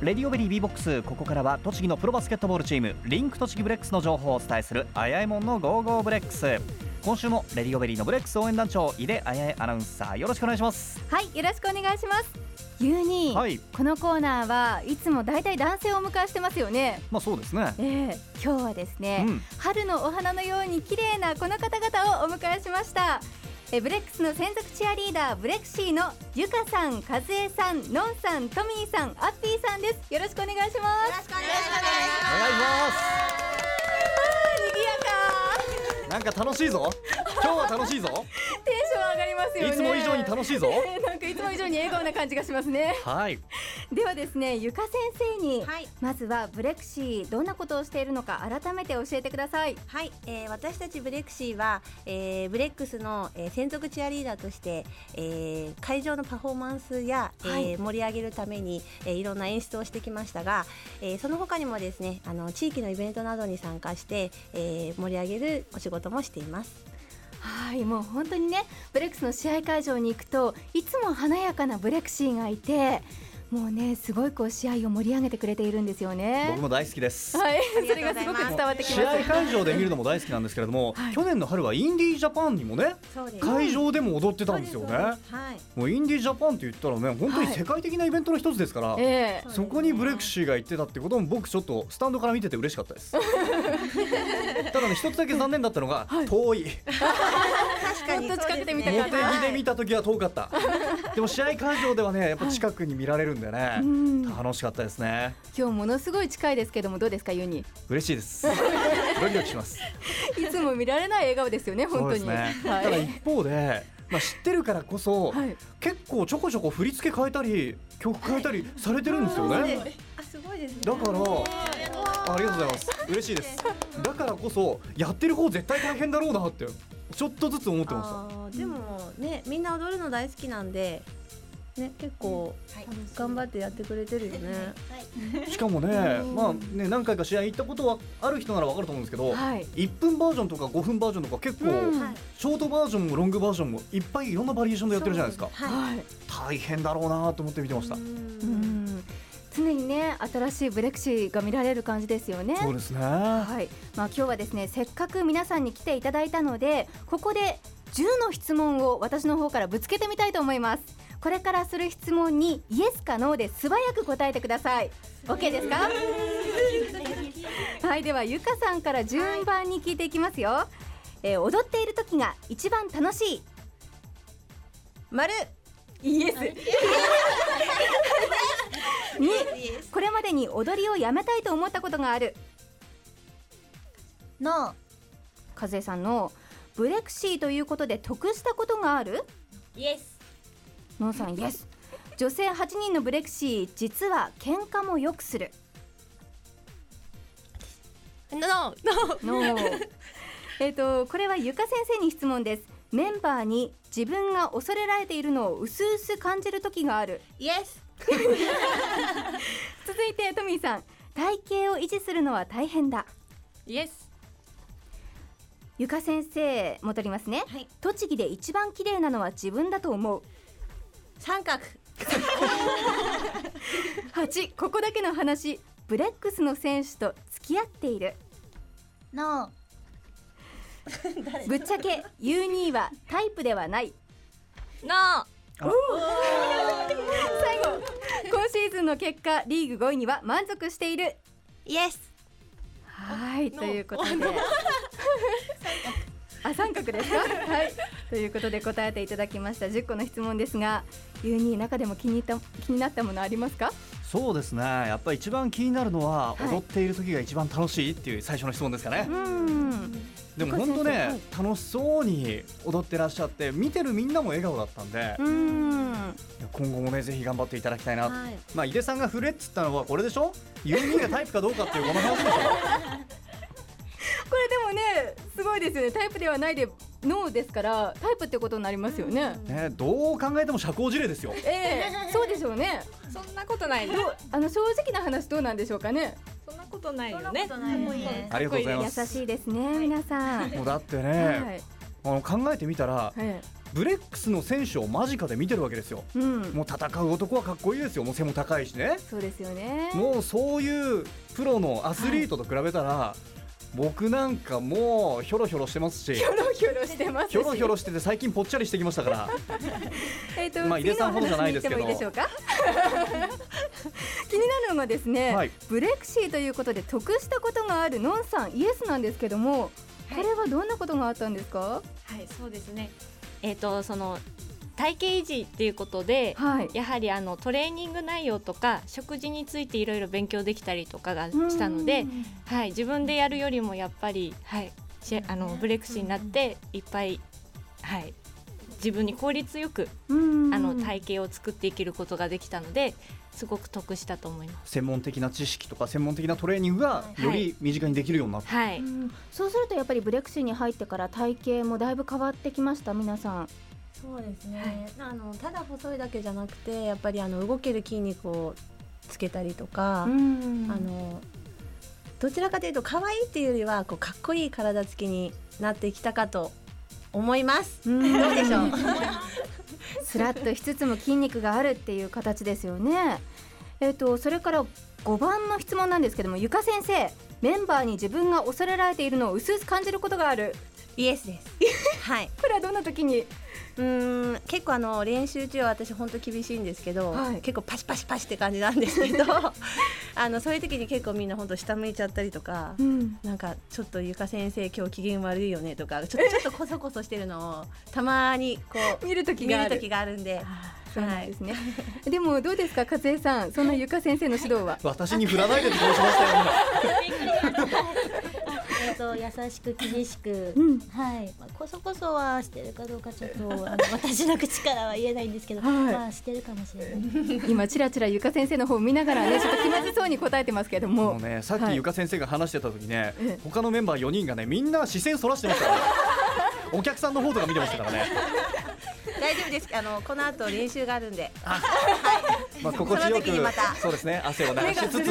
レディオベリー B ボックス、ここからは栃木のプロバスケットボールチームリンク栃木ブレックスの情報をお伝えするあやえもんのゴーゴーブレックス。今週もレディオベリーのブレックス応援団長井出あやえアナウンサー、よろしくお願いします。 はい、よろしくお願いします。ゆうに、 はい、 このコーナーはいつもだいたい男性をお迎えしてますよね。 まあそうですね、 今日はですね、春のお花のように綺麗なこの方々をお迎えしました。ブレックスの専属チアリーダーブレクシーのゆかさん、かずえさん、のんさん、トミーさん、アッピーさんです。よろしくお願いします。 よろしくお願いします。 お願いします。 にぎやか。 なんか楽しいぞ。今日は楽しいぞ。 テンション上がりますよね。 いつも以上に楽しいぞ。 なんかいつも以上に笑顔な感じがしますね。 はい。 ではですね、ゆか先生に、 はい、 まずはブレクシーどんなことをしているのか改めて教えてください。 はい、私たちブレクシーは、ブレックスの、専属チアリーダーとして、会場のパフォーマンスや、盛り上げるために、いろんな演出をしてきましたが、その他にもですね、地域のイベントなどに参加して、盛り上げるお仕事もしています。 はい、もう本当にね、ブレックスの試合会場に行くといつも華やかなブレクシーがいて、もうね、すごいこう試合を盛り上げてくれているんですよね。 僕も大好きです。 はい、それがすごく伝わってきます。 試合会場で見るのも大好きなんですけれども、はい、去年の春はインディージャパンにもね、会場でも踊ってたんですよね。はい、もうインディージャパンって言ったらね、本当に世界的なイベントの一つですから、そこにブレクシーが行ってたってことも僕ちょっとスタンドから見てて嬉しかったです。ただね、一つだけ残念だったのが、遠い。 確かにもっと近くで見たかった。 モテギで見た時は遠かった。でも試合会場ではね、やっぱ近くに見られるんでね、楽しかったですね。 今日ものすごい近いですけども、どうですかユニ？ 嬉しいです。ドキドキします。 いつも見られない笑顔ですよね、本当に。 そうですね。ただ一方で、知ってるからこそ、結構ちょこちょこ振り付け変えたり曲変えたりされてるんですよね。 すごいですね。 だからありがとうございます。嬉しいです。だからこそやってる方絶対大変だろうなってちょっとずつ思ってました。 でもね、みんな踊るの大好きなんでね、結構頑張ってやってくれてるよね。 しかもね、何回か試合行ったことはある人なら分かると思うんですけど、1分バージョンとか5分バージョンとか結構ショートバージョンもロングバージョンもいっぱいいろんなバリエーションでやってるじゃないですか。大変だろうなと思って見てました。 常にね、新しいブレクシーが見られる感じですよね。 そうですね。 はい、今日はですね、せっかく皆さんに来ていただいたので、ここで10の質問を私の方からぶつけてみたいと思います。これからする質問にイエスかノーで素早く答えてください。 OK ですか？はい、ではゆかさんから順番に聞いていきますよ。踊っている時が一番楽しい。 丸。 イエス。2、これまでに踊りをやめたいと思ったことがある。 ノー。 かずえさんのブレクシーということで得したことがある。 イエス。 ノンさんイエス。女性8人のブレクシー、実は喧嘩もよくする。 ノー。これはゆか先生に質問です。メンバーに自分が恐れられているのをうすうす感じる時がある。 イエス。 続いてトミーさん、体型を維持するのは大変だ。 イエス。 ゆか先生戻りますね。栃木で一番綺麗なのは自分だと思う。 三角。 8、ここだけの話、ブレックスの選手と付き合っている。 ノー。ぶっちゃけ U2 はタイプではない。 ノー。 最後、今シーズンの結果リーグ5位には満足している。 イエス。 はい、ということで三角ですか？はい、ということで答えていただきました10個の質問ですが、ユーニー中でも気になったものありますか？ そうですね、やっぱり一番気になるのは、踊っている時が一番楽しいっていう最初の質問ですかね。でも本当ね、楽しそうに踊ってらっしゃって、見てるみんなも笑顔だったんで、今後もねぜひ頑張っていただきたいな。井出さんが振れっつったのはこれでしょ。ユーミンがタイプかどうかっていうこの話でしょ。 これでもね、すごいですよね。タイプではないでノーですからタイプってことになりますよね。 どう考えても社交辞令ですよ。 そうでしょうね。 そんなことないよ。 正直な話どうなんでしょうかね。 そんなことないよね。 ありがとうございます。 優しいですね皆さん。 もうだってね、考えてみたら、 ブレックスの選手を間近で見てるわけですよ、もう戦う男はかっこいいですよ。もう背も高いしね。 そうですよね。 もうそういうプロのアスリートと比べたら、僕なんかもうヒョロヒョロしてますし、 ヒョロヒョロしてますし、 ヒョロヒョロしてて最近ぽっちゃりしてきましたからまあ井出さんほどじゃないですけど、 次の話に行ってもいいでしょうか気になるのがですね、はい、ブレクシーということで得したことがあるのんさん、イエスなんですけども、これはどんなことがあったんですか？ はい、そうですね、その体型維持っていうことで、やはりトレーニング内容とか食事についていろいろ勉強できたりとかがしたので、自分でやるよりもやっぱり、ブレクシーになっていっぱい、自分に効率よく体型を作っていけることができたので、すごく得したと思います。 専門的な知識とか専門的なトレーニングがより身近にできるようになった、 そうするとやっぱりブレクシーに入ってから体型もだいぶ変わってきました？皆さん。 そうですね、ただ細いだけじゃなくて、やっぱり動ける筋肉をつけたりとか、どちらかというと可愛いっていうよりはかっこいい体つきになってきたかと思います。どうでしょうスラッとしつつも筋肉があるっていう形ですよね。それから5番の質問なんですけども、ゆか先生、メンバーに自分が恐れられているのを薄々感じることがある？ イエスですはい。 これはどんな時に？ 結構練習中は私本当厳しいんですけど、結構パシパシパシって感じなんですけどそういう時に結構みんな本当下向いちゃったりとか、なんかちょっとゆか先生今日機嫌悪いよねとか、ちょっとコソコソしてるのをたまにこう見る時があるんで。 そうなんですねでもどうですか、和江さん、そんなゆか先生の指導は？ 私に振らないでって顔しましたよ優しく厳しく、こそこそはしてるかどうかちょっと私の口からは言えないんですけど、してるかもしれない今ちらちらゆか先生の方を見ながらね、ちょっと気まずそうに答えてますけども、 もうね、さっきゆか先生が話してた時ね、他のメンバー4人がね、みんな視線そらしてましたからねお客さんの方とか見てましたからね大丈夫です、この後練習があるんで、 心地よくそうですね、汗を流しつつ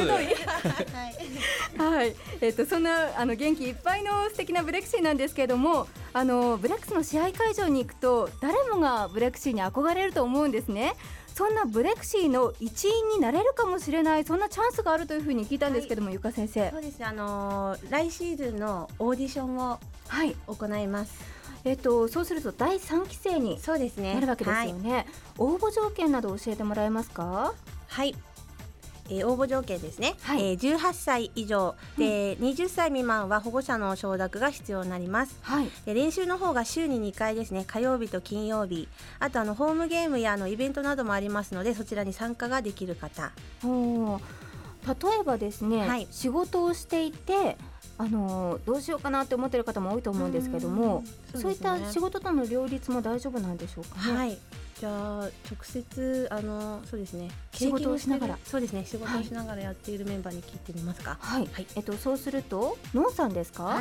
そんな元気いっぱいの素敵なブレクシーなんですけれども、ブレックスの試合会場に行くと誰もがブレクシーに憧れると思うんですね。そんなブレクシーの一員になれるかもしれない、そんなチャンスがあるというふうに聞いたんですけども、ゆか先生。 そうです、来シーズンのオーディションを行います。 そうすると第3期生になるわけですよね。応募条件など教えてもらえますか？ はい、応募条件ですね、18歳以上で、20歳未満は保護者の承諾が必要になります、で練習の方が週に2回ですね、火曜日と金曜日、あとホームゲームやイベントなどもありますので、そちらに参加ができる方。 例えばですね、仕事をしていてどうしようかなって思ってる方も多いと思うんですけども、そういった仕事との両立も大丈夫なんでしょうかね？ じゃあ直接そうですね、 仕事をしながら、 そうですね、仕事をしながらやっているメンバーに聞いてみますか？ そうするとのんさんですか？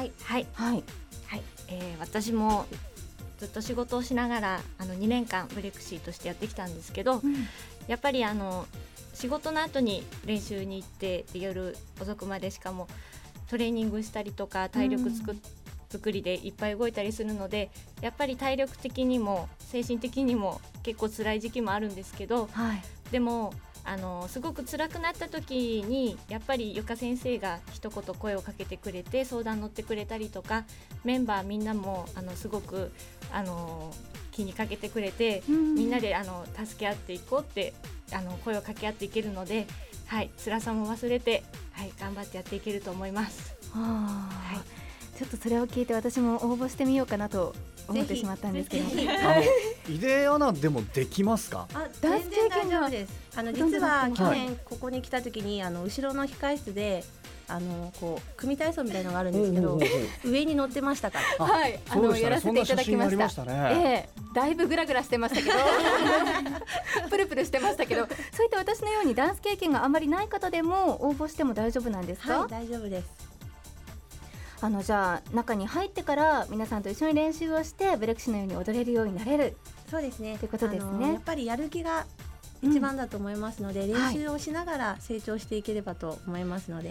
私もずっと仕事をしながら2年間ブレクシーとしてやってきたんですけど、やっぱり仕事の後に練習に行って夜遅くまでしかもトレーニングしたりとか体力作りでいっぱい動いたりするので、やっぱり体力的にも精神的にも結構辛い時期もあるんですけど、でもすごく辛くなった時にやっぱりゆか先生が一言声をかけてくれて相談乗ってくれたりとか、メンバーみんなもすごく気にかけてくれて、みんなで助け合っていこうって声を掛け合っていけるので、辛さも忘れて、頑張ってやっていけると思います。 ちょっとそれを聞いて私も応募してみようかなと思ってしまったんですけど、 井出アナでもできますか？ 全然大丈夫です。実は去年ここに来た時に後ろの控室でこう組体操みたいなのがあるんですけど、上に乗ってましたから。 やらせていただきました。だいぶグラグラしてましたけどプルプルしてましたけど、そういった私のようにダンス経験があまりない方でも応募しても大丈夫なんですか？ 大丈夫です。 じゃあ中に入ってから皆さんと一緒に練習をしてブレクシーのように踊れるようになれる。 そうですね、 ということですね。 やっぱりやる気が一番だと思いますので、練習をしながら成長していければと思いますので、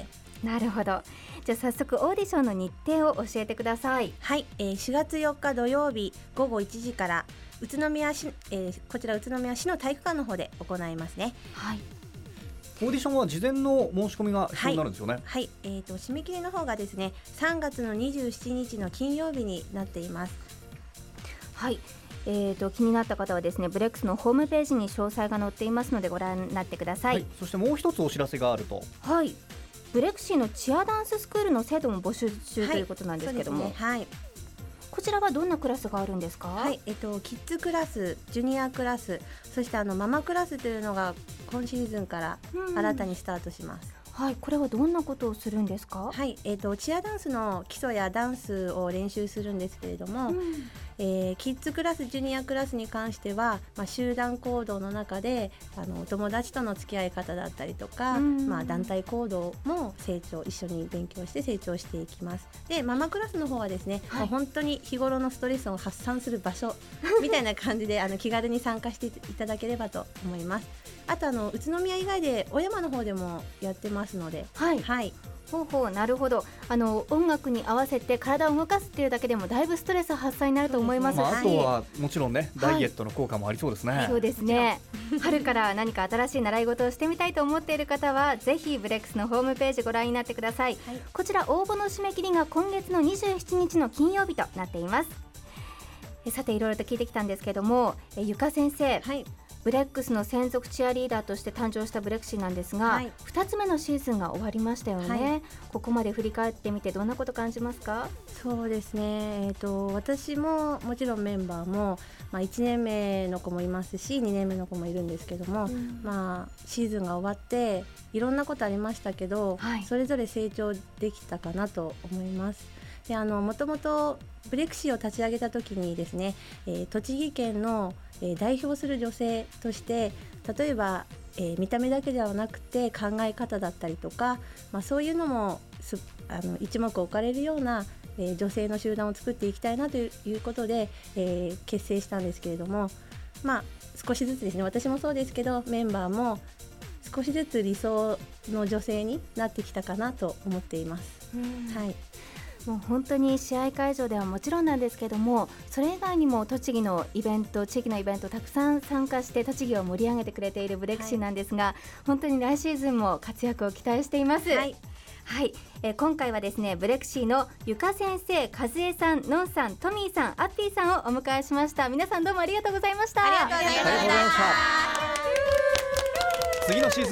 なるほど。じゃあ早速オーディションの日程を教えてください。 はい、4月4日土曜日午後1時から宇都宮市、こちら宇都宮市の体育館の方で行いますね。 はい。 オーディションは事前の申し込みが必要になるんですよね。 はい、締め切りの方がですね3月の27日の金曜日になっています。 はい。気になった方はですねブレックスのホームページに詳細が載っていますのでご覧になってください。はい、 そしてもう一つお知らせがあると。 はい。ブレクシーのチアダンススクールの生徒も募集中ということなんですけども、 はい、 こちらはどんなクラスがあるんですか？ はい、キッズクラス、ジュニアクラス、そしてママクラスというのが今シーズンから新たにスタートします。 はい、これはどんなことをするんですか？ はい、チアダンスの基礎やダンスを練習するんですけれども、キッズクラス、ジュニアクラスに関しては、集団行動の中でお友達との付き合い方だったりとか、団体行動も一緒に勉強して成長していきます。でママクラスの方はですね、本当に日頃のストレスを発散する場所みたいな感じで気軽に参加していただければと思います。あと宇都宮以外で小山の方でもやってますので、 はい、 はい、 なるほど。音楽に合わせて体を動かすっていうだけでもだいぶストレス発散になると思いますし、 あとはもちろんね、ダイエットの効果もありそうですね。 そうですね。春から何か新しい習い事をしてみたいと思っている方はぜひブレックスのホームページご覧になってください。はい、こちら応募の締め切りが今月の27日の金曜日となっています。さていろいろと聞いてきたんですけども、ゆか先生、はい、ブレックスの専属チアリーダーとして誕生したブレクシーなんですが、2つ目のシーズンが終わりましたよね。ここまで振り返ってみてどんなこと感じますか？ そうですね、私ももちろんメンバーも、1年目の子もいますし2年目の子もいるんですけども、シーズンが終わっていろんなことありましたけど、それぞれ成長できたかなと思います。でもともとブレクシーを立ち上げた時にですね、栃木県の代表する女性として例えば、見た目だけではなくて考え方だったりとか、そういうのも一目置かれるような、女性の集団を作っていきたいなということで、結成したんですけれども、少しずつですね、私もそうですけどメンバーも少しずつ理想の女性になってきたかなと思っています。はい、 もう本当に試合会場ではもちろんなんですけども、それ以外にも栃木のイベント、地域のイベントたくさん参加して栃木を盛り上げてくれているブレクシーなんですが、本当に来シーズンも活躍を期待しています。はい、今回はですねブレクシーのゆか先生、かずえさん、のんさん、トミーさん、アッピーさんをお迎えしました。皆さんどうもありがとうございました。 ありがとうございました。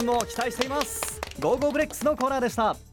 次のシーズンも期待しています。ゴーゴーブレックスのコーナーでした。